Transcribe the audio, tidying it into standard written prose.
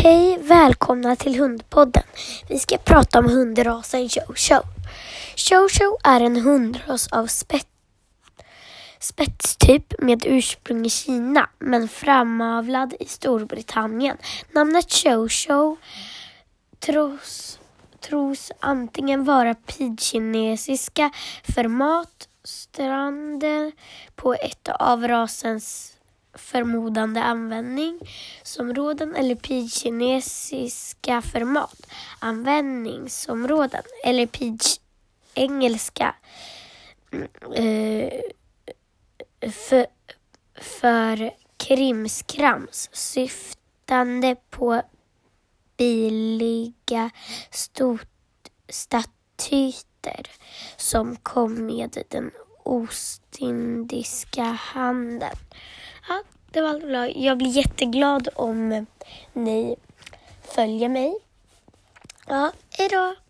Hej, välkomna till Hundpodden. Vi ska prata om hundrasen Chow Chow. Chow Chow är en hundras av spetstyp med ursprung i Kina men framavlad i Storbritannien. Namnet Chow Chow tros antingen vara pidgin-kinesiska format, strande på ett av rasens förmodande användningsområden eller pidgin-kinesiska format, användningsområden eller pidgin-engelska för krimskrams syftande på billiga statyer som kom med den ostindiska handeln. Ja, det var bra. Jag blir jätteglad om ni följer mig. Ja, hejdå!